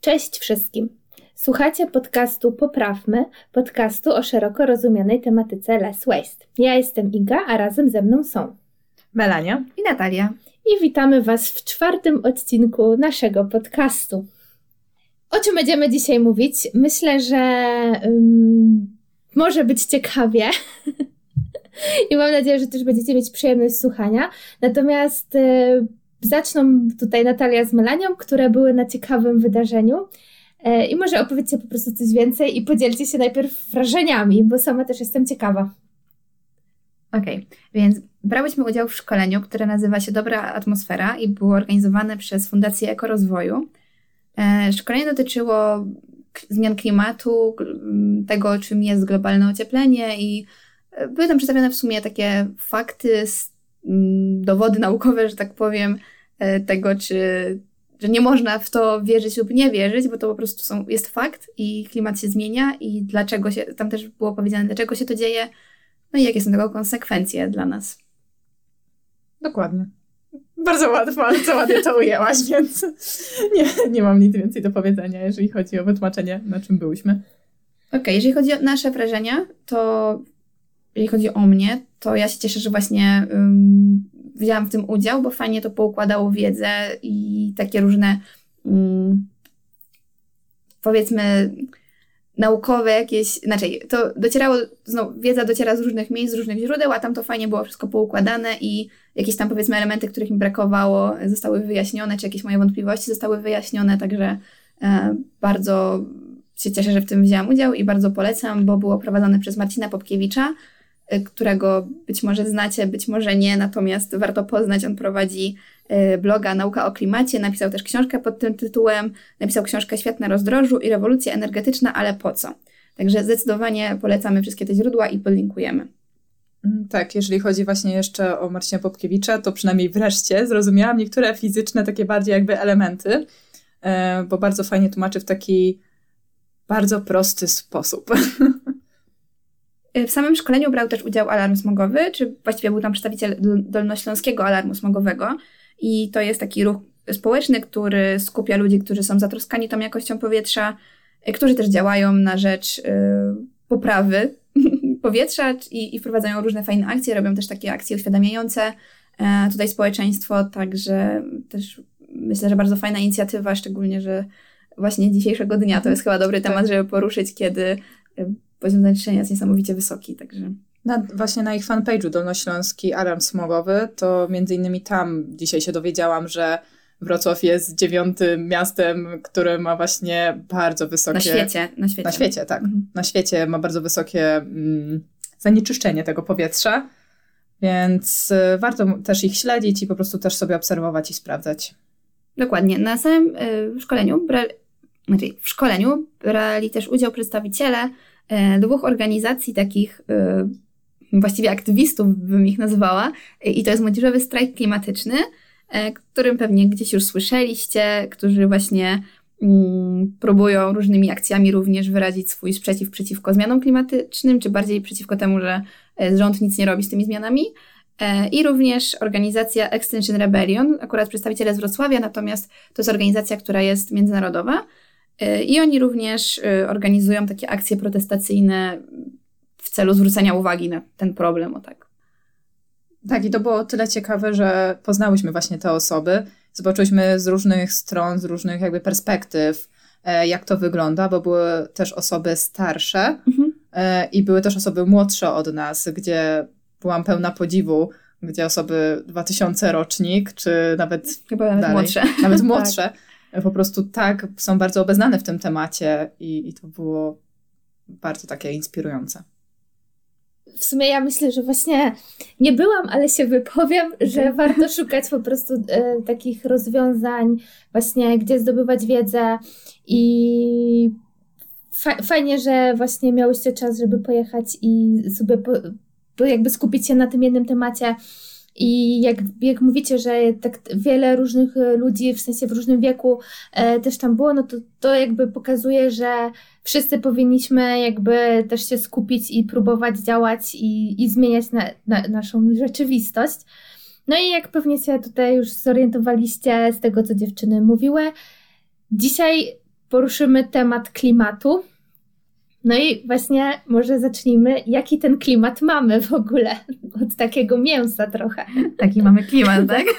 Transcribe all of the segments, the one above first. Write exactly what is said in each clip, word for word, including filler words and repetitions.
Cześć wszystkim! Słuchacie podcastu Poprawmy, podcastu o szeroko rozumianej tematyce Less Waste. Ja jestem Iga, a razem ze mną są Melania i Natalia. I witamy Was w czwartym odcinku naszego podcastu. O czym będziemy dzisiaj mówić? Myślę, że um, może być ciekawie i mam nadzieję, że też będziecie mieć przyjemność słuchania. Natomiast y, zaczną tutaj Natalia z Melanią, które były na ciekawym wydarzeniu. I może opowiedzcie po prostu coś więcej i podzielcie się najpierw wrażeniami, bo sama też jestem ciekawa. Okej, okay, więc brałyśmy udział w szkoleniu, które nazywa się Dobra Atmosfera i było organizowane przez Fundację Ekorozwoju. Szkolenie dotyczyło zmian klimatu, tego, czym jest globalne ocieplenie i były tam przedstawione w sumie takie fakty, dowody naukowe, że tak powiem, tego, czy że nie można w to wierzyć lub nie wierzyć, bo to po prostu są, jest fakt i klimat się zmienia i dlaczego się, tam też było powiedziane, dlaczego się to dzieje, no i jakie są tego konsekwencje dla nas. Dokładnie. Bardzo łatwo, bardzo ładnie to ujęłaś, więc nie, nie mam nic więcej do powiedzenia, jeżeli chodzi o wytłumaczenie, na czym byłyśmy. Okej, okay, jeżeli chodzi o nasze wrażenia, to jeżeli chodzi o mnie, to ja się cieszę, że właśnie um, wzięłam w tym udział, bo fajnie to poukładało wiedzę i takie różne um, powiedzmy naukowe jakieś, znaczy to docierało, znowu wiedza dociera z różnych miejsc, z różnych źródeł, a tam to fajnie było wszystko poukładane i jakieś tam powiedzmy elementy, których mi brakowało, zostały wyjaśnione, czy jakieś moje wątpliwości zostały wyjaśnione, także e, bardzo się cieszę, że w tym wzięłam udział i bardzo polecam, bo było prowadzone przez Marcina Popkiewicza, którego być może znacie, być może nie, natomiast warto poznać. On prowadzi bloga Nauka o klimacie, napisał też książkę pod tym tytułem, napisał książkę Świat na rozdrożu i rewolucja energetyczna, ale po co? Także zdecydowanie polecamy wszystkie te źródła i podlinkujemy. Tak, jeżeli chodzi właśnie jeszcze o Marcina Popkiewicza, to przynajmniej wreszcie zrozumiałam niektóre fizyczne, takie bardziej jakby elementy, bo bardzo fajnie tłumaczy w taki bardzo prosty sposób. W samym szkoleniu brał też udział Alarm Smogowy, czy właściwie był tam przedstawiciel Dolnośląskiego Alarmu Smogowego i to jest taki ruch społeczny, który skupia ludzi, którzy są zatroskani tą jakością powietrza, którzy też działają na rzecz y, poprawy powietrza i, i wprowadzają różne fajne akcje, robią też takie akcje uświadamiające e, tutaj społeczeństwo, także też myślę, że bardzo fajna inicjatywa, szczególnie, że właśnie dzisiejszego dnia to jest chyba dobry temat, żeby poruszyć, kiedy y, poziom zanieczyszczenia jest niesamowicie wysoki, także... Na, właśnie na ich fanpage'u Dolnośląski Alarm Smogowy, to między innymi tam dzisiaj się dowiedziałam, że Wrocław jest dziewiątym miastem, które ma właśnie bardzo wysokie... Na świecie. Na świecie, na świecie tak. Mhm. Na świecie ma bardzo wysokie mm, zanieczyszczenie tego powietrza, więc y, warto też ich śledzić i po prostu też sobie obserwować i sprawdzać. Dokładnie. Na samym y, szkoleniu, bra... znaczy w szkoleniu brali też udział przedstawiciele dwóch organizacji takich y, właściwie aktywistów bym ich nazwała i to jest Młodzieżowy Strajk Klimatyczny, y, którym pewnie gdzieś już słyszeliście, którzy właśnie y, próbują różnymi akcjami również wyrazić swój sprzeciw przeciwko zmianom klimatycznym, czy bardziej przeciwko temu, że y, rząd nic nie robi z tymi zmianami. Y, I również organizacja Extinction Rebellion, akurat przedstawiciele z Wrocławia, natomiast to jest organizacja, która jest międzynarodowa. I oni również organizują takie akcje protestacyjne w celu zwrócenia uwagi na ten problem, o tak. Tak, i to było tyle ciekawe, że poznałyśmy właśnie te osoby, zobaczyłyśmy z różnych stron, z różnych jakby perspektyw, jak to wygląda, bo były też osoby starsze mhm. i były też osoby młodsze od nas, gdzie byłam pełna podziwu, gdzie osoby dwa tysiące rocznik, czy nawet Chyba nawet dalej, młodsze. Nawet młodsze. Tak. Po prostu tak są bardzo obeznane w tym temacie i, i to było bardzo takie inspirujące. W sumie ja myślę, że właśnie nie byłam, ale się wypowiem, że warto szukać po prostu e, takich rozwiązań właśnie, gdzie zdobywać wiedzę i fa- fajnie, że właśnie miałyście czas, żeby pojechać i sobie po, po jakby skupić się na tym jednym temacie. I jak, jak mówicie, że tak wiele różnych ludzi, w sensie w różnym wieku e, też tam było, no to to jakby pokazuje, że wszyscy powinniśmy jakby też się skupić i próbować działać i, i zmieniać na, na naszą rzeczywistość. No i jak pewnie się tutaj już zorientowaliście z tego, co dziewczyny mówiły, dzisiaj poruszymy temat klimatu. No i właśnie może zacznijmy, jaki ten klimat mamy w ogóle, od takiego mięsa trochę. Taki mamy klimat, tak?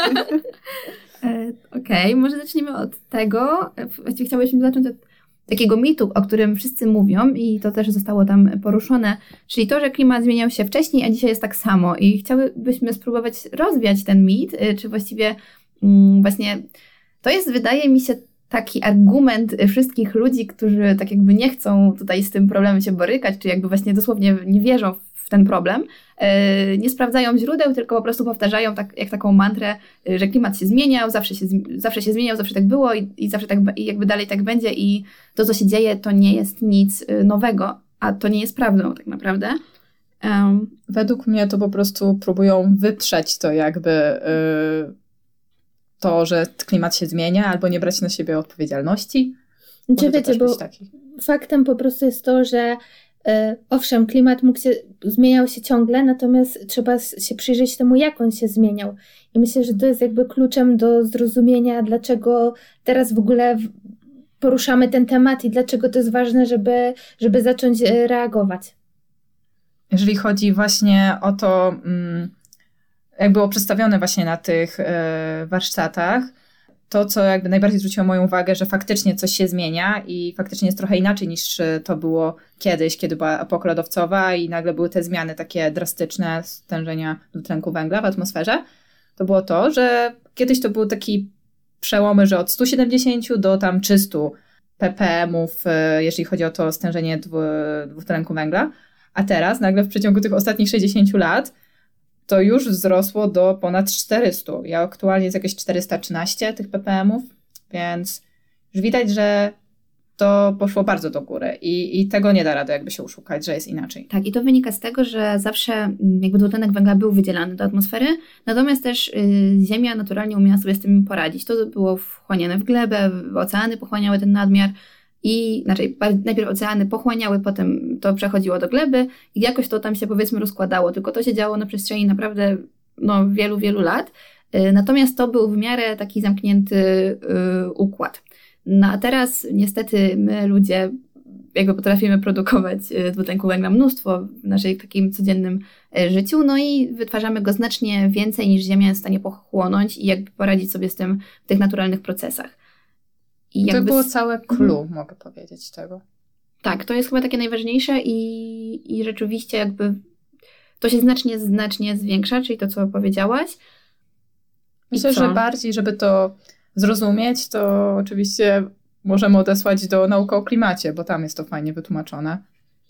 Okej, okay, może zaczniemy od tego, właściwie chciałyśmy zacząć od takiego mitu, o którym wszyscy mówią i to też zostało tam poruszone, czyli to, że klimat zmieniał się wcześniej, a dzisiaj jest tak samo i chciałybyśmy spróbować rozwiać ten mit, czy właściwie mm, właśnie to jest, wydaje mi się, taki argument wszystkich ludzi, którzy tak jakby nie chcą tutaj z tym problemem się borykać, czy jakby właśnie dosłownie nie wierzą w ten problem, nie sprawdzają źródeł, tylko po prostu powtarzają tak, jak taką mantrę, że klimat się zmieniał, zawsze się, zawsze się zmieniał, zawsze tak było i, i zawsze tak, i jakby dalej tak będzie i to, co się dzieje, to nie jest nic nowego, a to nie jest prawdą tak naprawdę. Um. Według mnie to po prostu próbują wyprzeć to jakby yy, to, że klimat się zmienia, albo nie brać na siebie odpowiedzialności. Czy wiecie, bo taki. Faktem po prostu jest to, że owszem, klimat mógł się, zmieniał się ciągle, natomiast trzeba się przyjrzeć temu, jak on się zmieniał. I myślę, że to jest jakby kluczem do zrozumienia, dlaczego teraz w ogóle poruszamy ten temat i dlaczego to jest ważne, żeby, żeby zacząć reagować. Jeżeli chodzi właśnie o to, jak było przedstawione właśnie na tych warsztatach, to, co jakby najbardziej zwróciło moją uwagę, że faktycznie coś się zmienia i faktycznie jest trochę inaczej niż to było kiedyś, kiedy była epoka lodowcowa i nagle były te zmiany takie drastyczne stężenia dwutlenku węgla w atmosferze, to było to, że kiedyś to były takie przełomy, że od stu siedemdziesięciu do tam trzystu ppmów, jeżeli chodzi o to stężenie dwutlenku węgla, a teraz nagle w przeciągu tych ostatnich sześćdziesięciu lat to już wzrosło do ponad czterystu. Ja aktualnie jest jakieś czterysta trzynaście tych ppmów, więc już widać, że to poszło bardzo do góry i, i tego nie da rady jakby się oszukać, że jest inaczej. Tak, i to wynika z tego, że zawsze jakby dwutlenek węgla był wydzielany do atmosfery, natomiast też y, Ziemia naturalnie umiała sobie z tym poradzić. To było wchłaniane w glebę, oceany pochłaniały ten nadmiar i znaczy najpierw oceany pochłaniały, potem to przechodziło do gleby i jakoś to tam się powiedzmy rozkładało, tylko to się działo na przestrzeni naprawdę no, wielu, wielu lat. Y, natomiast to był w miarę taki zamknięty y, układ. No a teraz niestety my ludzie jakby potrafimy produkować dwutlenku węgla mnóstwo w naszym takim codziennym życiu, no i wytwarzamy go znacznie więcej niż Ziemia jest w stanie pochłonąć i jakby poradzić sobie z tym w tych naturalnych procesach. I to jakby... było całe clue, mhm. mogę powiedzieć tego. Tak, to jest chyba takie najważniejsze i, i rzeczywiście jakby to się znacznie, znacznie zwiększa, czyli to, co powiedziałaś. Myślę, że bardziej, żeby to zrozumieć, to oczywiście możemy odesłać do nauki o klimacie, bo tam jest to fajnie wytłumaczone.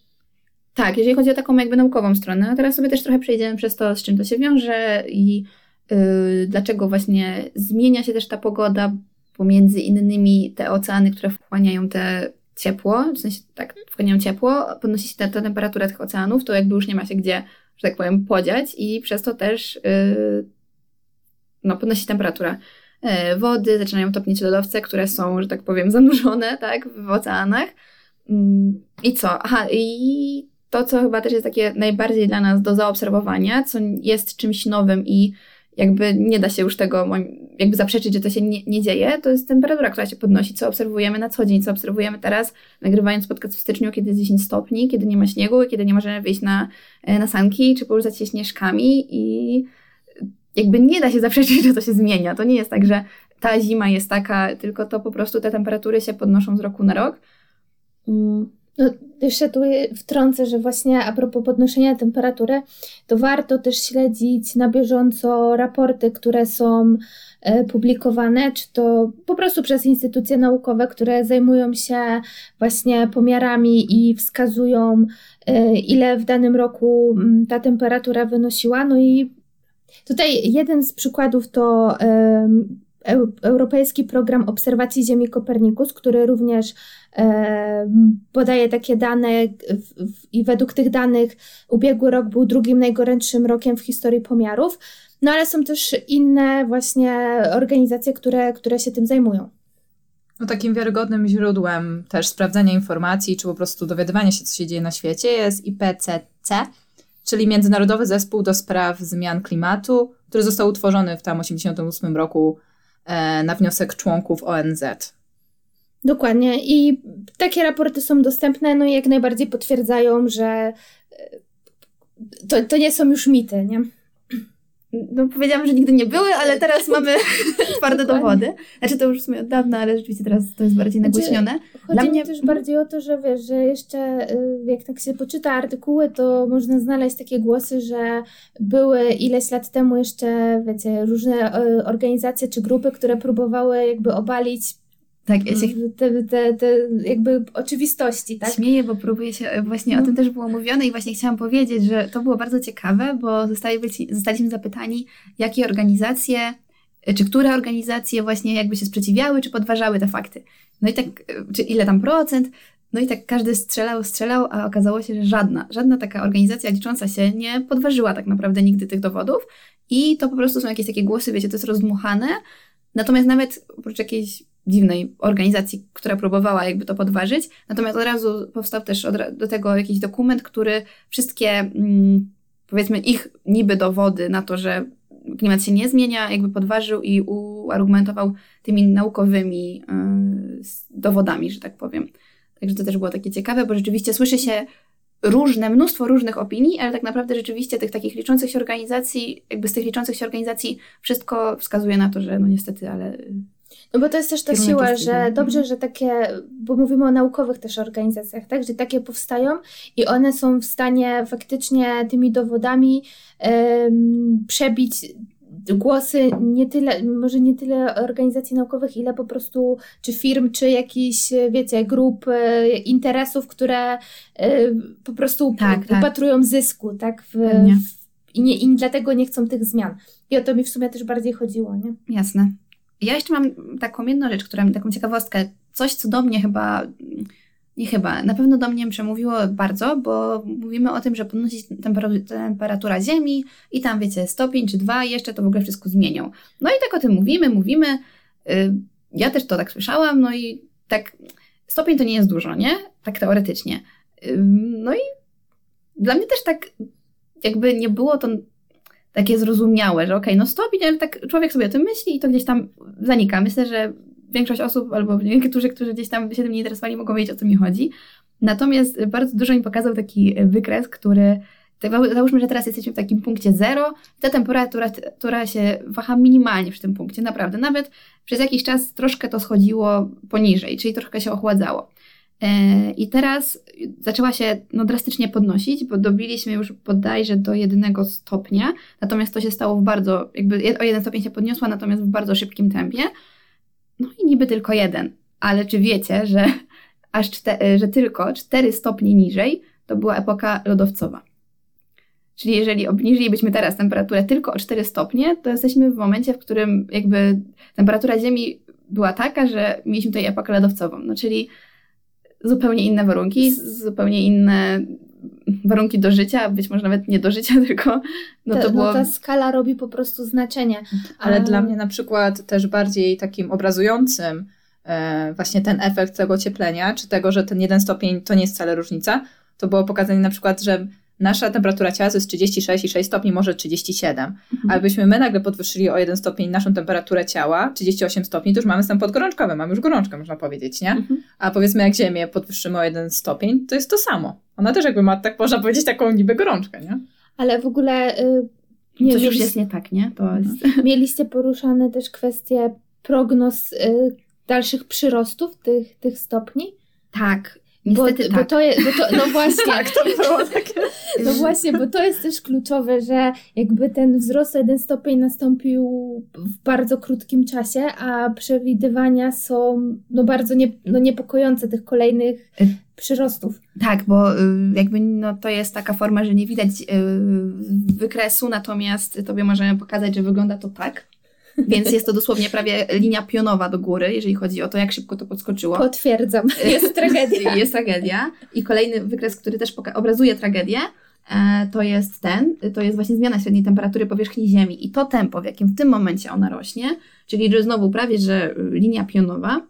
Tak, jeżeli chodzi o taką jakby naukową stronę, a teraz sobie też trochę przejdziemy przez to, z czym to się wiąże i yy, dlaczego właśnie zmienia się też ta pogoda, pomiędzy innymi te oceany, które wchłaniają te ciepło, w sensie tak, wchłaniają ciepło, podnosi się ta, ta temperatura tych oceanów, to jakby już nie ma się gdzie, że tak powiem, podziać i przez to też yy, no, podnosi się temperatura wody, zaczynają topnieć lodowce, które są, że tak powiem, zanurzone tak, w oceanach. I co? Aha, i to, co chyba też jest takie najbardziej dla nas do zaobserwowania, co jest czymś nowym i jakby nie da się już tego jakby zaprzeczyć, że to się nie, nie dzieje, to jest temperatura, która się podnosi, co obserwujemy na co dzień, co obserwujemy teraz, nagrywając podcast w styczniu, kiedy jest dziesięć stopni, kiedy nie ma śniegu, kiedy nie możemy wyjść na, na sanki, czy poruszać się śnieżkami i jakby nie da się zaprzeczyć, że to się zmienia. To nie jest tak, że ta zima jest taka, tylko to po prostu te temperatury się podnoszą z roku na rok. Mm. No, jeszcze tu wtrącę, że właśnie a propos podnoszenia temperatury, to warto też śledzić na bieżąco raporty, które są e, publikowane, czy to po prostu przez instytucje naukowe, które zajmują się właśnie pomiarami i wskazują, e, ile w danym roku m, ta temperatura wynosiła. No i tutaj jeden z przykładów to e, Europejski Program Obserwacji Ziemi Copernicus, który również e, podaje takie dane w, w, i według tych danych ubiegły rok był drugim najgorętszym rokiem w historii pomiarów, no ale są też inne właśnie organizacje, które, które się tym zajmują. No, takim wiarygodnym źródłem też sprawdzania informacji, czy po prostu dowiadywania się, co się dzieje na świecie, jest I P C C, czyli Międzynarodowy Zespół do Spraw Zmian Klimatu, który został utworzony w tam osiemdziesiątym ósmym roku na wniosek członków O N Z. Dokładnie. I takie raporty są dostępne, no i jak najbardziej potwierdzają, że to, to nie są już mity, nie? No powiedziałam, że nigdy nie były, ale teraz mamy twarde dowody. Znaczy to już w sumie od dawna, ale rzeczywiście teraz to jest bardziej nagłośnione. Znaczy, chodzi Dla mnie też bardziej o to, że wiesz, że jeszcze jak tak się poczyta artykuły, to można znaleźć takie głosy, że były ileś lat temu jeszcze, wiecie, różne organizacje czy grupy, które próbowały jakby obalić Tak, ja się te, te, te jakby oczywistości, tak? Śmieję, bo próbuję się, właśnie no. o tym też było mówione i właśnie chciałam powiedzieć, że to było bardzo ciekawe, bo zostali, zostaliśmy zapytani, jakie organizacje, czy które organizacje właśnie jakby się sprzeciwiały, czy podważały te fakty. No i tak, czy ile tam procent, no i tak każdy strzelał, strzelał, a okazało się, że żadna, żadna taka organizacja licząca się nie podważyła tak naprawdę nigdy tych dowodów i to po prostu są jakieś takie głosy, wiecie, to jest rozdmuchane, natomiast nawet oprócz jakiejś dziwnej organizacji, która próbowała jakby to podważyć. Natomiast od razu powstał też od, do tego jakiś dokument, który wszystkie mm, powiedzmy ich niby dowody na to, że klimat się nie zmienia, jakby podważył i uargumentował tymi naukowymi yy, dowodami, że tak powiem. Także to też było takie ciekawe, bo rzeczywiście słyszy się różne, mnóstwo różnych opinii, ale tak naprawdę rzeczywiście tych takich liczących się organizacji, jakby z tych liczących się organizacji wszystko wskazuje na to, że no niestety, ale... No bo to jest też ta siła, że dobrze, że takie, bo mówimy o naukowych też organizacjach, tak, że takie powstają i one są w stanie faktycznie tymi dowodami um, przebić głosy nie tyle, może nie tyle organizacji naukowych, ile po prostu czy firm, czy jakichś, wiecie, grup e, interesów, które e, po prostu tak, upatrują tak. zysku, tak, w, w, i, nie, i dlatego nie chcą tych zmian. I o to mi w sumie też bardziej chodziło, nie? Jasne. Ja jeszcze mam taką jedną rzecz, która mi taką ciekawostkę, coś co do mnie chyba, nie chyba, na pewno do mnie przemówiło bardzo, bo mówimy o tym, że podnosi się temperatura Ziemi i tam wiecie stopień czy dwa jeszcze to w ogóle wszystko zmienią. No i tak o tym mówimy, mówimy, ja też to tak słyszałam, no i tak stopień to nie jest dużo, nie? Tak teoretycznie. No i dla mnie też tak jakby nie było to takie zrozumiałe, że okej, okay, no stopień, ale tak człowiek sobie o tym myśli i to gdzieś tam zanika. Myślę, że większość osób, albo niektórzy, którzy gdzieś tam się tym nie interesowali, mogą wiedzieć, o co mi chodzi. Natomiast bardzo dużo mi pokazał taki wykres, który, załóżmy, że teraz jesteśmy w takim punkcie zero, ta temperatura, która się waha minimalnie przy tym punkcie, naprawdę. Nawet przez jakiś czas troszkę to schodziło poniżej, czyli troszkę się ochładzało. I teraz zaczęła się no, drastycznie podnosić, bo dobiliśmy już bodajże do jednego stopnia, natomiast to się stało w bardzo, jakby o jeden stopień się podniosła, natomiast w bardzo szybkim tempie. No i niby tylko jeden, ale czy wiecie, że aż czte, że tylko cztery stopnie niżej to była epoka lodowcowa. Czyli jeżeli obniżylibyśmy teraz temperaturę tylko o cztery stopnie, to jesteśmy w momencie, w którym jakby temperatura Ziemi była taka, że mieliśmy tutaj epokę lodowcową. No czyli zupełnie inne warunki, zupełnie inne warunki do życia, być może nawet nie do życia, tylko no to, to było... No ta skala robi po prostu znaczenie. Ale A... dla mnie na przykład też bardziej takim obrazującym e, właśnie ten efekt tego ocieplenia, czy tego, że ten jeden stopień to nie jest wcale różnica, to było pokazanie na przykład, że nasza temperatura ciała to jest trzydzieści sześć i sześć stopni, może trzydzieści siedem. Mhm. A jakbyśmy my nagle podwyższyli o jeden stopień naszą temperaturę ciała, trzydzieści osiem stopni, to już mamy stan podgorączkowy, mamy już gorączkę, można powiedzieć, nie? Mhm. A powiedzmy, jak Ziemię podwyższymy o jeden stopień, to jest to samo. Ona też jakby ma, tak można powiedzieć, taką niby gorączkę, nie? Ale w ogóle... Yy, nie, Coś już jest nie tak, nie? To jest... Mieliście poruszane też kwestie prognoz yy, dalszych przyrostów tych, tych stopni? Tak. Niestety bo, tak. Bo to jest, bo to, no właśnie, tak, to było takie. No właśnie, bo to jest też kluczowe, że jakby ten wzrost o jeden stopień nastąpił w bardzo krótkim czasie, a przewidywania są no bardzo nie, no niepokojące tych kolejnych przyrostów. Tak, bo jakby no to jest taka forma, że nie widać wykresu, natomiast tobie możemy pokazać, że wygląda to tak. Więc jest to dosłownie prawie linia pionowa do góry, jeżeli chodzi o to, jak szybko to podskoczyło. Potwierdzam. Jest tragedia. Jest tragedia. I kolejny wykres, który też poka- obrazuje tragedię, e, to jest ten, to jest właśnie zmiana średniej temperatury powierzchni Ziemi. I to tempo, w jakim w tym momencie ona rośnie, czyli że znowu prawie, że linia pionowa,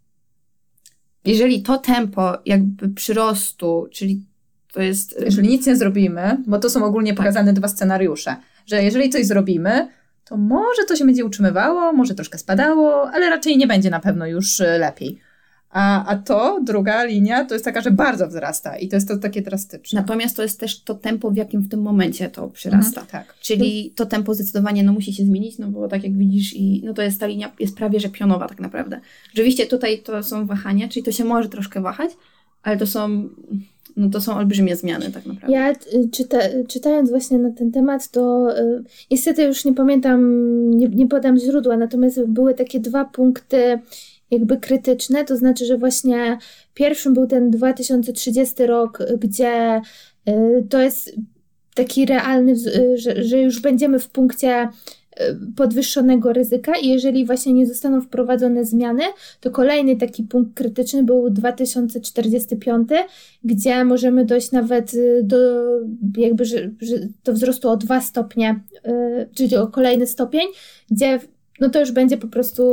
jeżeli to tempo jakby przyrostu, czyli to jest... Jeżeli nic nie zrobimy, bo to są ogólnie pokazane tak. dwa scenariusze, że jeżeli coś zrobimy, to może to się będzie utrzymywało, może troszkę spadało, ale raczej nie będzie na pewno już lepiej. A, a to, druga linia, to jest taka, że bardzo wzrasta i to jest to takie drastyczne. Natomiast to jest też to tempo, w jakim w tym momencie to przyrasta. Mhm, tak. Czyli to tempo zdecydowanie no, musi się zmienić, no bo tak jak widzisz, i no to jest ta linia, jest prawie że pionowa tak naprawdę. Oczywiście tutaj to są wahania, czyli to się może troszkę wahać, ale to są, no to są olbrzymie zmiany tak naprawdę. Ja czyta, czytając właśnie na ten temat, to y, niestety już nie pamiętam, nie, nie podam źródła, natomiast były takie dwa punkty jakby krytyczne, to znaczy, że właśnie pierwszym był ten dwa tysiące trzydziesty rok, gdzie y, to jest taki realny, y, że, że już będziemy w punkcie podwyższonego ryzyka i jeżeli właśnie nie zostaną wprowadzone zmiany, to kolejny taki punkt krytyczny był dwa tysiące czterdziesty piąty, gdzie możemy dojść nawet do jakby że, że do wzrostu o dwa stopnie, yy, czyli o kolejny stopień, gdzie no to już będzie po prostu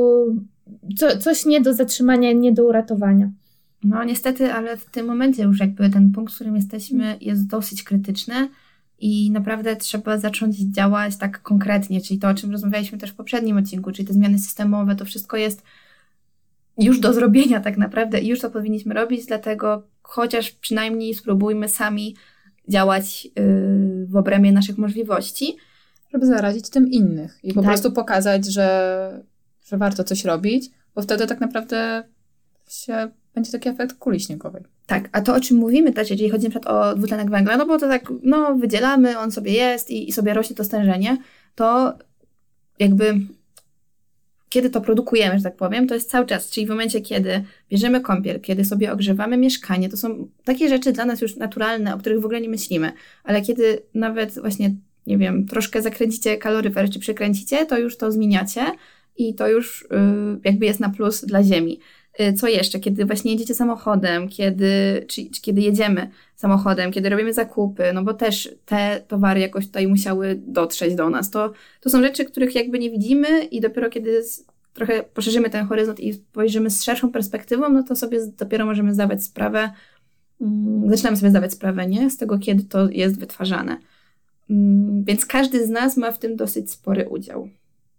co, coś nie do zatrzymania, nie do uratowania. No niestety, ale w tym momencie już jakby ten punkt, w którym jesteśmy, jest dosyć krytyczny. I naprawdę trzeba zacząć działać tak konkretnie, czyli to, o czym rozmawialiśmy też w poprzednim odcinku, czyli te zmiany systemowe, to wszystko jest już do zrobienia tak naprawdę i już to powinniśmy robić, dlatego chociaż przynajmniej spróbujmy sami działać yy, w obrębie naszych możliwości. Żeby zarazić tym innych i po tak. prostu pokazać, że, że warto coś robić, bo wtedy tak naprawdę się będzie taki efekt kuli śniegowej. Tak, a to o czym mówimy też, jeżeli chodzi na przykład o dwutlenek węgla, no bo to tak, no wydzielamy, on sobie jest i, i sobie rośnie to stężenie, to jakby kiedy to produkujemy, że tak powiem, to jest cały czas, czyli w momencie, kiedy bierzemy kąpiel, kiedy sobie ogrzewamy mieszkanie, to są takie rzeczy dla nas już naturalne, o których w ogóle nie myślimy, ale kiedy nawet właśnie, nie wiem, troszkę zakręcicie kaloryfer, czy przykręcicie, to już to zmieniacie i to już yy, jakby jest na plus dla ziemi. Co jeszcze? Kiedy właśnie jedziecie samochodem, kiedy, czy, czy kiedy jedziemy samochodem, kiedy robimy zakupy, no bo też te towary jakoś tutaj musiały dotrzeć do nas. To, to są rzeczy, których jakby nie widzimy i dopiero kiedy z, trochę poszerzymy ten horyzont i spojrzymy z szerszą perspektywą, no to sobie dopiero możemy zdawać sprawę, um, zaczynamy sobie zdawać sprawę, nie? Z tego, kiedy to jest wytwarzane. Um, więc każdy z nas ma w tym dosyć spory udział.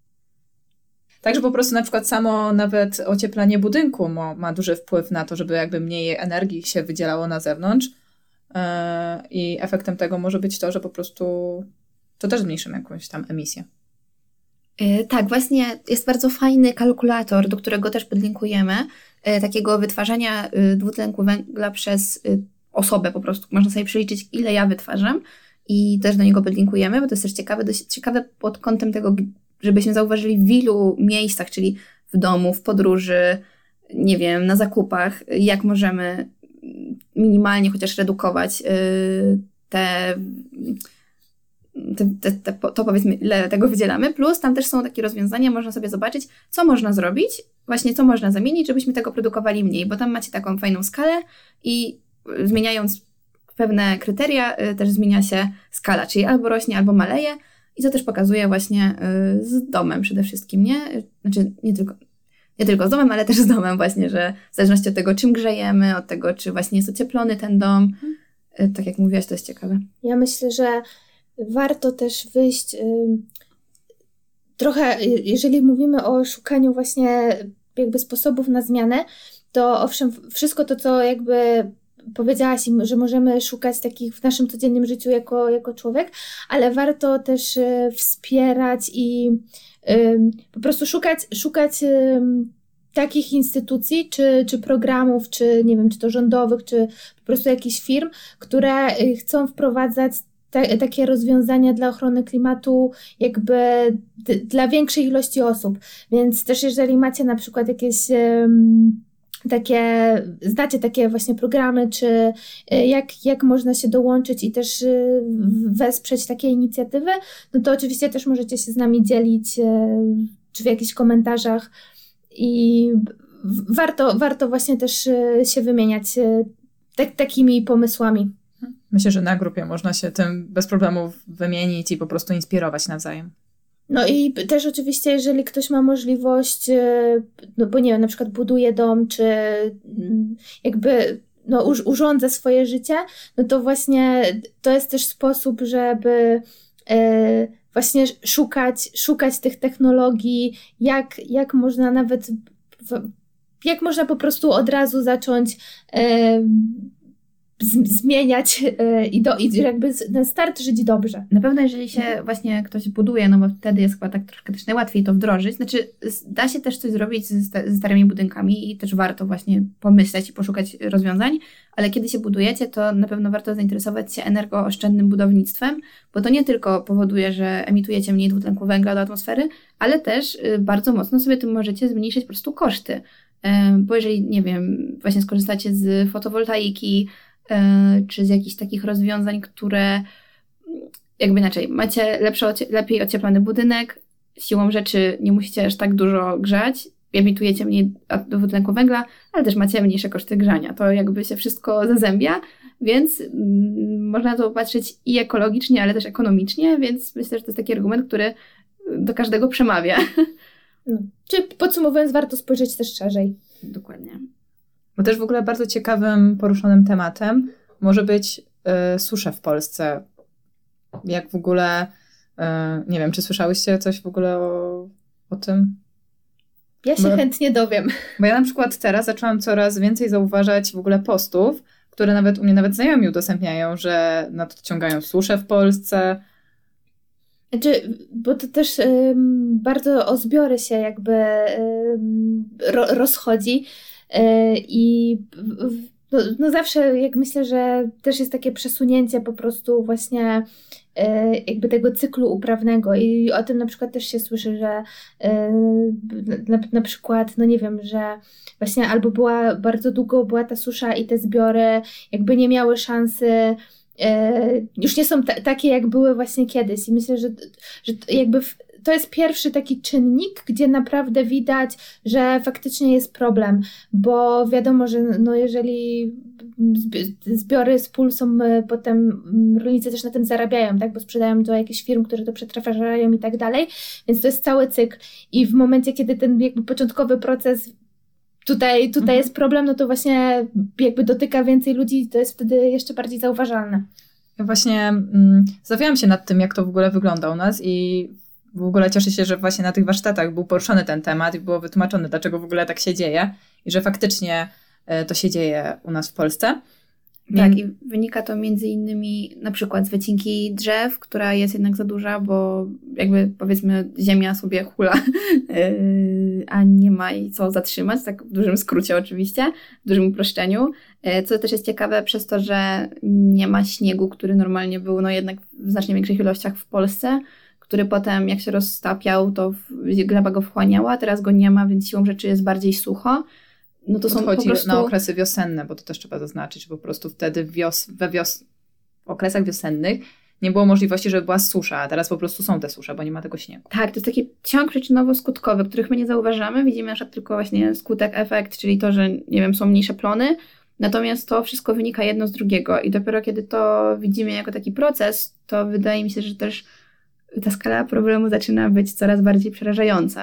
Także po prostu na przykład samo nawet ocieplanie budynku ma, ma duży wpływ na to, żeby jakby mniej energii się wydzielało na zewnątrz yy, i efektem tego może być to, że po prostu to też zmniejszymy jakąś tam emisję. Yy, tak, właśnie jest bardzo fajny kalkulator, do którego też podlinkujemy, yy, takiego wytwarzania yy, dwutlenku węgla przez yy, osobę po prostu. Można sobie przeliczyć, ile ja wytwarzam i też do niego podlinkujemy, bo to jest też ciekawe, dość ciekawe pod kątem tego, żebyśmy zauważyli w ilu miejscach, czyli w domu, w podróży, nie wiem, na zakupach, jak możemy minimalnie chociaż redukować te, te, te, te to powiedzmy, ile tego wydzielamy, plus tam też są takie rozwiązania, można sobie zobaczyć, co można zrobić, właśnie co można zamienić, żebyśmy tego produkowali mniej, bo tam macie taką fajną skalę i zmieniając pewne kryteria też zmienia się skala, czyli albo rośnie, albo maleje. I to też pokazuje właśnie y, z domem przede wszystkim, nie? Znaczy nie tylko, nie tylko z domem, ale też z domem właśnie, że w zależności od tego, czym grzejemy, od tego, czy właśnie jest ocieplony ten dom. Y, tak jak mówiłaś, to jest ciekawe. Ja myślę, że warto też wyjść y, trochę, jeżeli mówimy o szukaniu właśnie jakby sposobów na zmianę, to owszem, wszystko to, co jakby powiedziałaś im, że możemy szukać takich w naszym codziennym życiu jako, jako człowiek, ale warto też y, wspierać i y, po prostu szukać, szukać y, takich instytucji, czy, czy programów, czy nie wiem, czy to rządowych, czy po prostu jakichś firm, które y, chcą wprowadzać te, takie rozwiązania dla ochrony klimatu jakby d- dla większej ilości osób. Więc też jeżeli macie na przykład jakieś y, takie, znacie takie właśnie programy, czy jak, jak można się dołączyć i też wesprzeć takie inicjatywy, no to oczywiście też możecie się z nami dzielić, czy w jakichś komentarzach i warto, warto właśnie też się wymieniać tak, takimi pomysłami. Myślę, że na grupie można się tym bez problemów wymienić i po prostu inspirować nawzajem. No i też oczywiście, jeżeli ktoś ma możliwość, no bo nie wiem, na przykład buduje dom, czy jakby no, urządza swoje życie, no to właśnie to jest też sposób, żeby e, właśnie szukać, szukać tych technologii, jak, jak można nawet w, jak można po prostu od razu zacząć e, z, zmieniać e, i, do, i jakby na start żyć dobrze. Na pewno jeżeli się właśnie ktoś buduje, no bo wtedy jest chyba tak troszkę też najłatwiej to wdrożyć. Znaczy da się też coś zrobić ze, ze starymi budynkami i też warto właśnie pomyśleć i poszukać rozwiązań, ale kiedy się budujecie, to na pewno warto zainteresować się energooszczędnym budownictwem, bo to nie tylko powoduje, że emitujecie mniej dwutlenku węgla do atmosfery, ale też bardzo mocno sobie tym możecie zmniejszyć po prostu koszty. Bo jeżeli, nie wiem, właśnie skorzystacie z fotowoltaiki, czy z jakichś takich rozwiązań, które jakby inaczej, macie lepszy, lepiej ocieplony budynek, siłą rzeczy nie musicie aż tak dużo grzać, emitujecie mniej dwutlenku węgla, ale też macie mniejsze koszty grzania. To jakby się wszystko zazębia, więc mm, można to patrzeć i ekologicznie, ale też ekonomicznie, więc myślę, że to jest taki argument, który do każdego przemawia. No. Czyli podsumowując, warto spojrzeć też szerzej. Dokładnie. Bo też w ogóle bardzo ciekawym, poruszonym tematem może być y, susza w Polsce. Jak w ogóle, y, nie wiem, czy słyszałyście coś w ogóle o, o tym? Ja się bo, chętnie dowiem. Bo ja na przykład teraz zaczęłam coraz więcej zauważać w ogóle postów, które nawet u mnie nawet znajomi udostępniają, że nadciągają susze w Polsce. Znaczy, bo to też ym, bardzo o zbiory się jakby ym, ro, rozchodzi yy, i no, no zawsze jak myślę, że też jest takie przesunięcie po prostu właśnie yy, jakby tego cyklu uprawnego i o tym na przykład też się słyszy, że yy, na, na przykład, no nie wiem, że właśnie albo była bardzo długo była ta susza i te zbiory jakby nie miały szansy już nie są t- takie, jak były właśnie kiedyś. I myślę, że, że jakby w, to jest pierwszy taki czynnik, gdzie naprawdę widać, że faktycznie jest problem, bo wiadomo, że no jeżeli zbiory z pól są, potem rolnicy też na tym zarabiają, tak, bo sprzedają do jakichś firm, które to przetwarzają i tak dalej, więc to jest cały cykl. I w momencie, kiedy ten jakby początkowy proces Tutaj, tutaj mhm. jest problem, no to właśnie jakby dotyka więcej ludzi, to jest wtedy jeszcze bardziej zauważalne. Ja właśnie mm, zastanawiałam się nad tym, jak to w ogóle wygląda u nas i w ogóle cieszę się, że właśnie na tych warsztatach był poruszony ten temat i było wytłumaczone, dlaczego w ogóle tak się dzieje i że faktycznie y, to się dzieje u nas w Polsce. Tak, i wynika to między innymi na przykład z wycinki drzew, która jest jednak za duża, bo jakby powiedzmy ziemia sobie hula, a nie ma jej co zatrzymać, tak w dużym skrócie oczywiście, w dużym uproszczeniu, co też jest ciekawe przez to, że nie ma śniegu, który normalnie był no jednak w znacznie większych ilościach w Polsce, który potem jak się roztapiał, to gleba go wchłaniała, teraz go nie ma, więc siłą rzeczy jest bardziej sucho. No to są Chodzi po prostu... na okresy wiosenne, bo to też trzeba zaznaczyć, że po prostu wtedy wios... we wios... w okresach wiosennych nie było możliwości, żeby była susza, a teraz po prostu są te susze, bo nie ma tego śniegu. Tak, to jest taki ciąg przyczynowo-skutkowy, których my nie zauważamy. Widzimy na przykład tylko właśnie skutek, efekt, czyli to, że nie wiem, są mniejsze plony, natomiast to wszystko wynika jedno z drugiego i dopiero kiedy to widzimy jako taki proces, to wydaje mi się, że też ta skala problemu zaczyna być coraz bardziej przerażająca.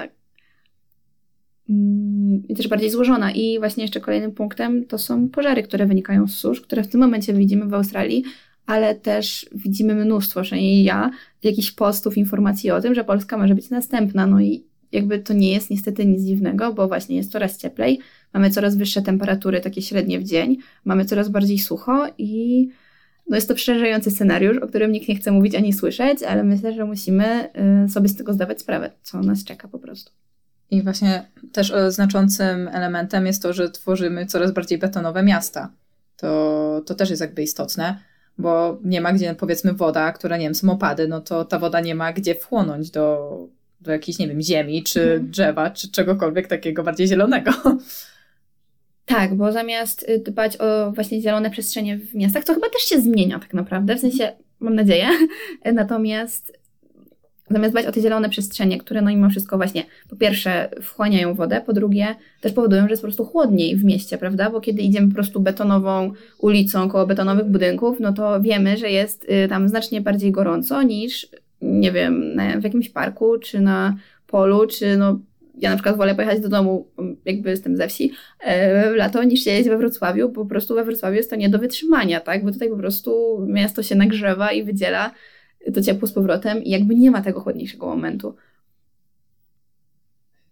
I też bardziej złożona. I właśnie jeszcze kolejnym punktem to są pożary, które wynikają z susz, które w tym momencie widzimy w Australii, ale też widzimy mnóstwo, przynajmniej ja, jakichś postów, informacji o tym, że Polska może być następna. No i jakby to nie jest niestety nic dziwnego, bo właśnie jest coraz cieplej, mamy coraz wyższe temperatury, takie średnie w dzień, mamy coraz bardziej sucho i no jest to przerażający scenariusz, o którym nikt nie chce mówić ani słyszeć, ale myślę, że musimy sobie z tego zdawać sprawę, co nas czeka po prostu. I właśnie też znaczącym elementem jest to, że tworzymy coraz bardziej betonowe miasta. To, to też jest jakby istotne, bo nie ma gdzie, powiedzmy, woda, która, nie wiem, są opady, no to ta woda nie ma gdzie wchłonąć do, do jakiejś, nie wiem, ziemi, czy mhm. drzewa, czy czegokolwiek takiego bardziej zielonego. Tak, bo zamiast dbać o właśnie zielone przestrzenie w miastach, to chyba też się zmienia tak naprawdę, w sensie, mam nadzieję, natomiast zamiast dbać o te zielone przestrzenie, które no mimo wszystko właśnie po pierwsze wchłaniają wodę, po drugie też powodują, że jest po prostu chłodniej w mieście, prawda? Bo kiedy idziemy po prostu betonową ulicą koło betonowych budynków, no to wiemy, że jest y, tam znacznie bardziej gorąco niż, nie wiem, na, w jakimś parku, czy na polu, czy no ja na przykład wolę pojechać do domu, jakby jestem ze wsi, w lato, niż siedzieć we Wrocławiu, bo po prostu we Wrocławiu jest to nie do wytrzymania, tak? Bo tutaj po prostu miasto się nagrzewa i wydziela to ciepło z powrotem i jakby nie ma tego chłodniejszego momentu.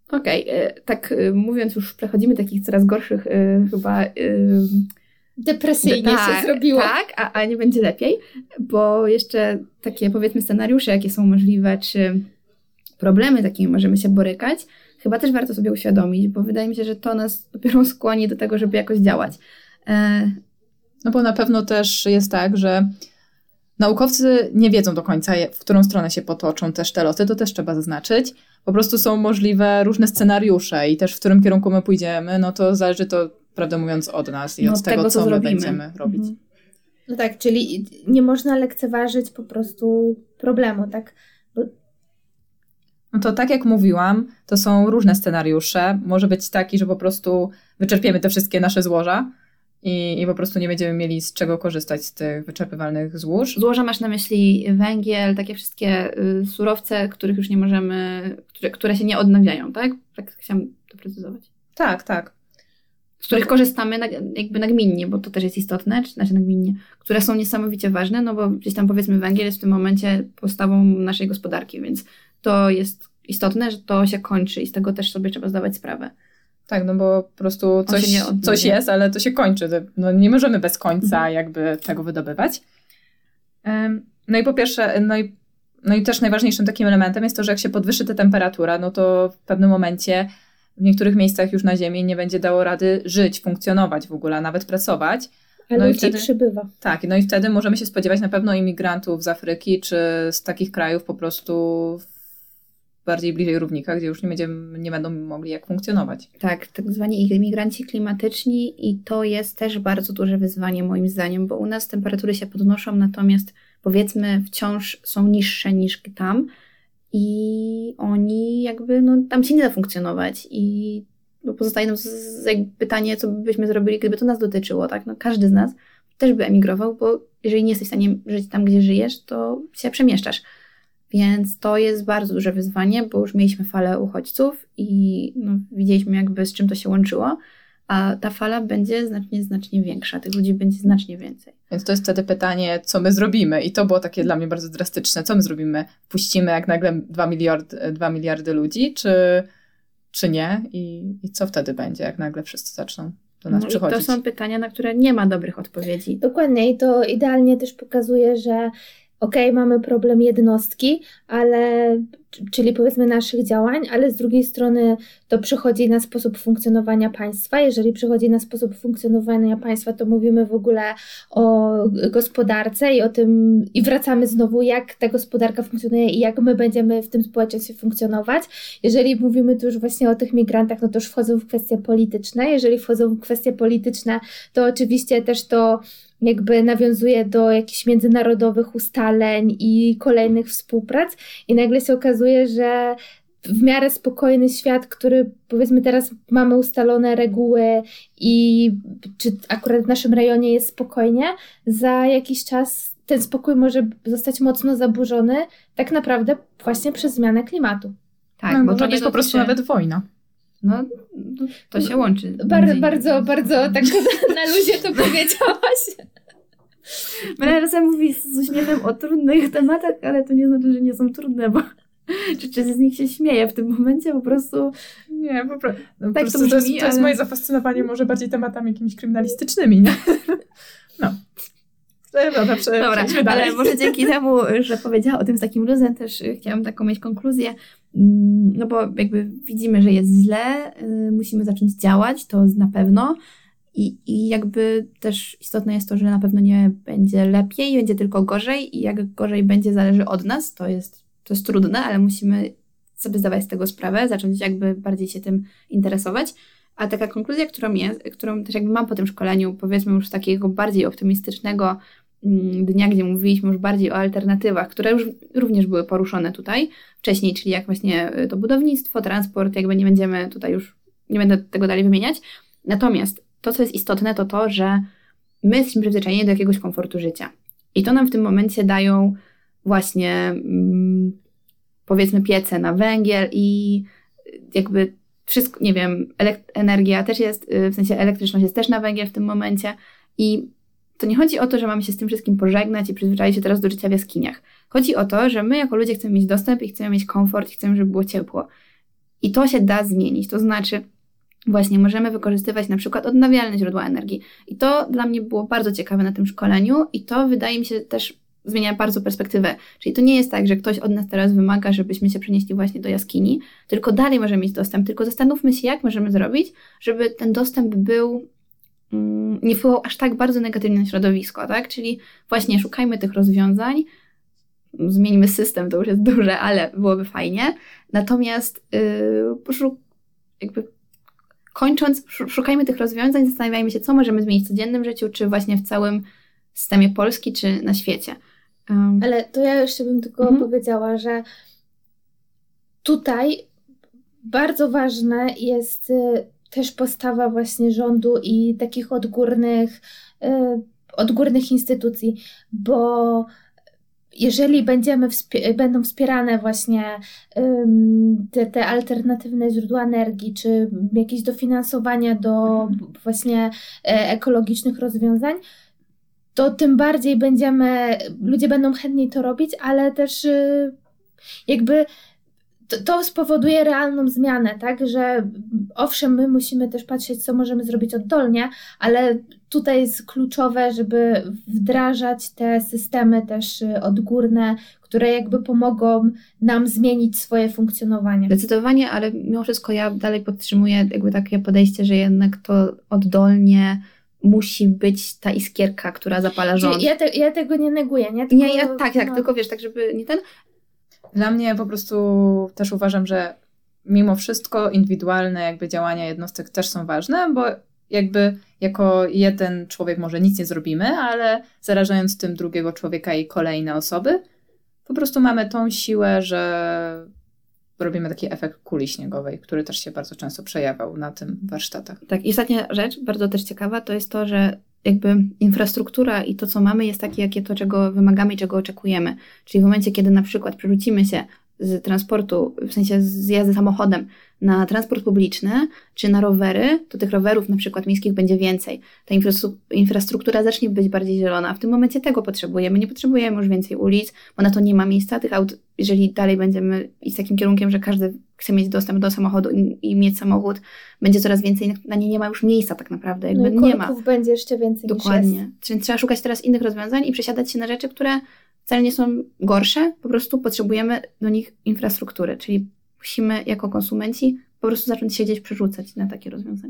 Okej, okay. tak mówiąc już przechodzimy takich coraz gorszych y, chyba... Y, Depresyjnie d- się zrobiło. Tak, a, a nie będzie lepiej, bo jeszcze takie powiedzmy scenariusze, jakie są możliwe, czy problemy, takimi możemy się borykać, chyba też warto sobie uświadomić, bo wydaje mi się, że to nas dopiero skłoni do tego, żeby jakoś działać. E... No bo na pewno też jest tak, że naukowcy nie wiedzą do końca, w którą stronę się potoczą też te loty, to też trzeba zaznaczyć. Po prostu są możliwe różne scenariusze i też w którym kierunku my pójdziemy, no to zależy to, prawdę mówiąc, od nas i no od tego, tego, co, co my zrobimy. będziemy robić. Mhm. No tak, czyli nie można lekceważyć po prostu problemu, tak? Bo... No to tak jak mówiłam, to są różne scenariusze. Może być taki, że po prostu wyczerpiemy te wszystkie nasze złoża i, i po prostu nie będziemy mieli z czego korzystać z tych wyczerpywalnych złóż. Złoża masz na myśli węgiel, takie wszystkie y, surowce, których już nie możemy, które, które się nie odnawiają, tak? Tak chciałam doprecyzować. Tak, tak. Z których no, korzystamy na, jakby nagminnie, bo to też jest istotne, czy znaczy nagminnie, które są niesamowicie ważne, no bo gdzieś tam powiedzmy węgiel jest w tym momencie podstawą naszej gospodarki, więc to jest istotne, że to się kończy i z tego też sobie trzeba zdawać sprawę. Tak, no bo po prostu coś, coś jest, ale to się kończy. No nie możemy bez końca mhm. jakby tego wydobywać. No i po pierwsze, no i, no i też najważniejszym takim elementem jest to, że jak się podwyższy ta temperatura, no to w pewnym momencie w niektórych miejscach już na Ziemi nie będzie dało rady żyć, funkcjonować w ogóle, nawet pracować. Ale no ludzi wtedy, przybywa. Tak, no i wtedy możemy się spodziewać na pewno imigrantów z Afryki, czy z takich krajów po prostu bardziej bliżej równika, gdzie już nie, będziemy, nie będą mogli jak funkcjonować. Tak, tak zwani imigranci klimatyczni i to jest też bardzo duże wyzwanie moim zdaniem, bo u nas temperatury się podnoszą, natomiast powiedzmy wciąż są niższe niż tam i oni jakby, no tam się nie da funkcjonować i no, pozostaje nam z, z, pytanie, co byśmy zrobili, gdyby to nas dotyczyło, tak? No każdy z nas też by emigrował, bo jeżeli nie jesteś w stanie żyć tam, gdzie żyjesz, to się przemieszczasz. Więc to jest bardzo duże wyzwanie, bo już mieliśmy falę uchodźców i no, widzieliśmy jakby z czym to się łączyło, a ta fala będzie znacznie, znacznie większa. Tych ludzi będzie znacznie więcej. Więc to jest wtedy pytanie, co my zrobimy? I to było takie dla mnie bardzo drastyczne. Co my zrobimy? Puścimy jak nagle dwa miliardy, dwa miliardy ludzi, czy, czy nie? I, I co wtedy będzie, jak nagle wszyscy zaczną do nas no przychodzić? To są pytania, na które nie ma dobrych odpowiedzi. Dokładnie i to idealnie też pokazuje, że okej, okay, mamy problem jednostki, ale, czyli powiedzmy naszych działań, ale z drugiej strony to przychodzi na sposób funkcjonowania państwa. Jeżeli przychodzi na sposób funkcjonowania państwa, to mówimy w ogóle o gospodarce i o tym, i wracamy znowu, jak ta gospodarka funkcjonuje i jak my będziemy w tym społeczeństwie funkcjonować. Jeżeli mówimy tu już właśnie o tych migrantach, no to już wchodzą w kwestie polityczne. Jeżeli wchodzą w kwestie polityczne, to oczywiście też to jakby nawiązuje do jakichś międzynarodowych ustaleń i kolejnych współprac i nagle się okazuje, że w miarę spokojny świat, który powiedzmy teraz mamy ustalone reguły i czy akurat w naszym rejonie jest spokojnie, za jakiś czas ten spokój może zostać mocno zaburzony tak naprawdę właśnie przez zmianę klimatu. Tak, no, bo może to być po prostu nawet wojna. No, to się łączy. Bar- bardzo, bardzo tak na luzie to powiedziałaś. Melissa mówi z uśmiechem o trudnych tematach, ale to nie znaczy, że nie są trudne, bo czy, czy z nich się śmieje w tym momencie, po prostu... Nie, po, pro... no, tak po prostu to, brzmi, to, jest, to ale... jest moje zafascynowanie może bardziej tematami jakimiś kryminalistycznymi, nie? No. Dobra, prze, Dobra ale może dzięki temu, że powiedziała o tym z takim luzem, też chciałam taką mieć konkluzję, no bo jakby widzimy, że jest źle, musimy zacząć działać, to na pewno i, i jakby też istotne jest to, że na pewno nie będzie lepiej, będzie tylko gorzej i jak gorzej będzie zależy od nas, to jest, to jest trudne, ale musimy sobie zdawać z tego sprawę, zacząć jakby bardziej się tym interesować. A taka konkluzja, którą jest, którą też jakby mam po tym szkoleniu, powiedzmy już takiego bardziej optymistycznego dnia, gdzie mówiliśmy już bardziej o alternatywach, które już również były poruszone tutaj wcześniej, czyli jak właśnie to budownictwo, transport, jakby nie będziemy tutaj już, nie będę tego dalej wymieniać. Natomiast to, co jest istotne, to to, że my jesteśmy przyzwyczajeni do jakiegoś komfortu życia. I to nam w tym momencie dają właśnie mm, powiedzmy piece na węgiel i jakby wszystko, nie wiem, elek- energia też jest, w sensie elektryczność jest też na węgiel w tym momencie i to nie chodzi o to, że mamy się z tym wszystkim pożegnać i przyzwyczaić się teraz do życia w jaskiniach. Chodzi o to, że my jako ludzie chcemy mieć dostęp i chcemy mieć komfort i chcemy, żeby było ciepło. I to się da zmienić, to znaczy właśnie możemy wykorzystywać na przykład odnawialne źródła energii. I to dla mnie było bardzo ciekawe na tym szkoleniu i to wydaje mi się też zmienia bardzo perspektywę. Czyli to nie jest tak, że ktoś od nas teraz wymaga, żebyśmy się przenieśli właśnie do jaskini, tylko dalej możemy mieć dostęp. Tylko zastanówmy się, jak możemy zrobić, żeby ten dostęp był, mm, nie wpływał aż tak bardzo negatywnie na środowisko, tak? Czyli właśnie szukajmy tych rozwiązań, zmieńmy system, to już jest duże, ale byłoby fajnie. Natomiast yy, jakby kończąc, szukajmy tych rozwiązań, zastanawiajmy się, co możemy zmienić w codziennym życiu, czy właśnie w całym systemie Polski, czy na świecie. Um. Ale to ja jeszcze bym tylko mhm. powiedziała, że tutaj bardzo ważna jest y, też postawa właśnie rządu i takich odgórnych, y, odgórnych instytucji, bo jeżeli będziemy wspie- będą wspierane właśnie um, te, te alternatywne źródła energii, czy jakieś dofinansowania do mhm. właśnie e, ekologicznych rozwiązań, to tym bardziej będziemy, ludzie będą chętniej to robić, ale też y, jakby to, to spowoduje realną zmianę, tak, że owszem, my musimy też patrzeć, co możemy zrobić oddolnie, ale tutaj jest kluczowe, żeby wdrażać te systemy też odgórne, które jakby pomogą nam zmienić swoje funkcjonowanie. Zdecydowanie, ale mimo wszystko ja dalej podtrzymuję jakby takie podejście, że jednak to oddolnie musi być ta iskierka, która zapala rząd. Ja, te, ja tego nie neguję, nie? Tylko, nie ja, tak, tak, no. tylko wiesz, tak żeby nie ten... Dla mnie po prostu też uważam, że mimo wszystko indywidualne jakby działania jednostek też są ważne, bo jakby jako jeden człowiek może nic nie zrobimy, ale zarażając tym drugiego człowieka i kolejne osoby, po prostu mamy tą siłę, że robimy taki efekt kuli śniegowej, który też się bardzo często przejawiał na tym warsztatach. Tak, i ostatnia rzecz, bardzo też ciekawa, to jest to, że jakby infrastruktura i to, co mamy, jest takie, jakie to, czego wymagamy i czego oczekujemy. Czyli w momencie, kiedy na przykład przerzucimy się z transportu, w sensie z jazdy samochodem na transport publiczny, czy na rowery, to tych rowerów na przykład miejskich będzie więcej. Ta infrastruktura zacznie być bardziej zielona. W tym momencie tego potrzebujemy. Nie potrzebujemy już więcej ulic, bo na to nie ma miejsca. Tych aut, jeżeli dalej będziemy iść takim kierunkiem, że każdy chce mieć dostęp do samochodu i, i mieć samochód, będzie coraz więcej, na nie nie ma już miejsca tak naprawdę. Jakby no nie ma. będzie jeszcze więcej. Dokładnie. Niż jest. Czyli trzeba szukać teraz innych rozwiązań i przesiadać się na rzeczy, które wcale nie są gorsze, po prostu potrzebujemy do nich infrastruktury, czyli musimy jako konsumenci po prostu zacząć się gdzieś przerzucać na takie rozwiązania.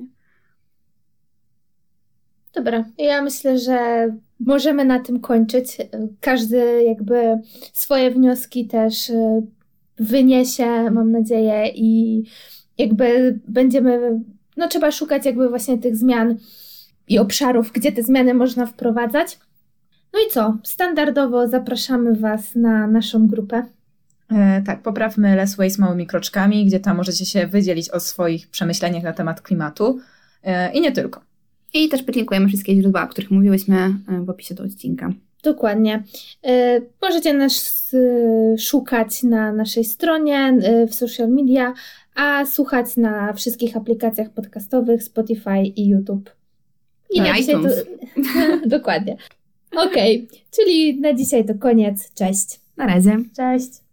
Dobra, ja myślę, że możemy na tym kończyć. Każdy jakby swoje wnioski też wyniesie, mam nadzieję, i jakby będziemy, no trzeba szukać jakby właśnie tych zmian i obszarów, gdzie te zmiany można wprowadzać. No i co? Standardowo zapraszamy Was na naszą grupę. E, tak, poprawmy Less Waste małymi kroczkami, gdzie tam możecie się wydzielić o swoich przemyśleniach na temat klimatu e, i nie tylko. I też podlinkujemy wszystkie źródła, o których mówiłyśmy w opisie do odcinka. Dokładnie. E, możecie nas e, szukać na naszej stronie, e, w social media, a słuchać na wszystkich aplikacjach podcastowych, Spotify i YouTube. I na iTunes. Tu... Dokładnie. Okej, okay. Czyli na dzisiaj to koniec. Cześć. Na razie. Cześć.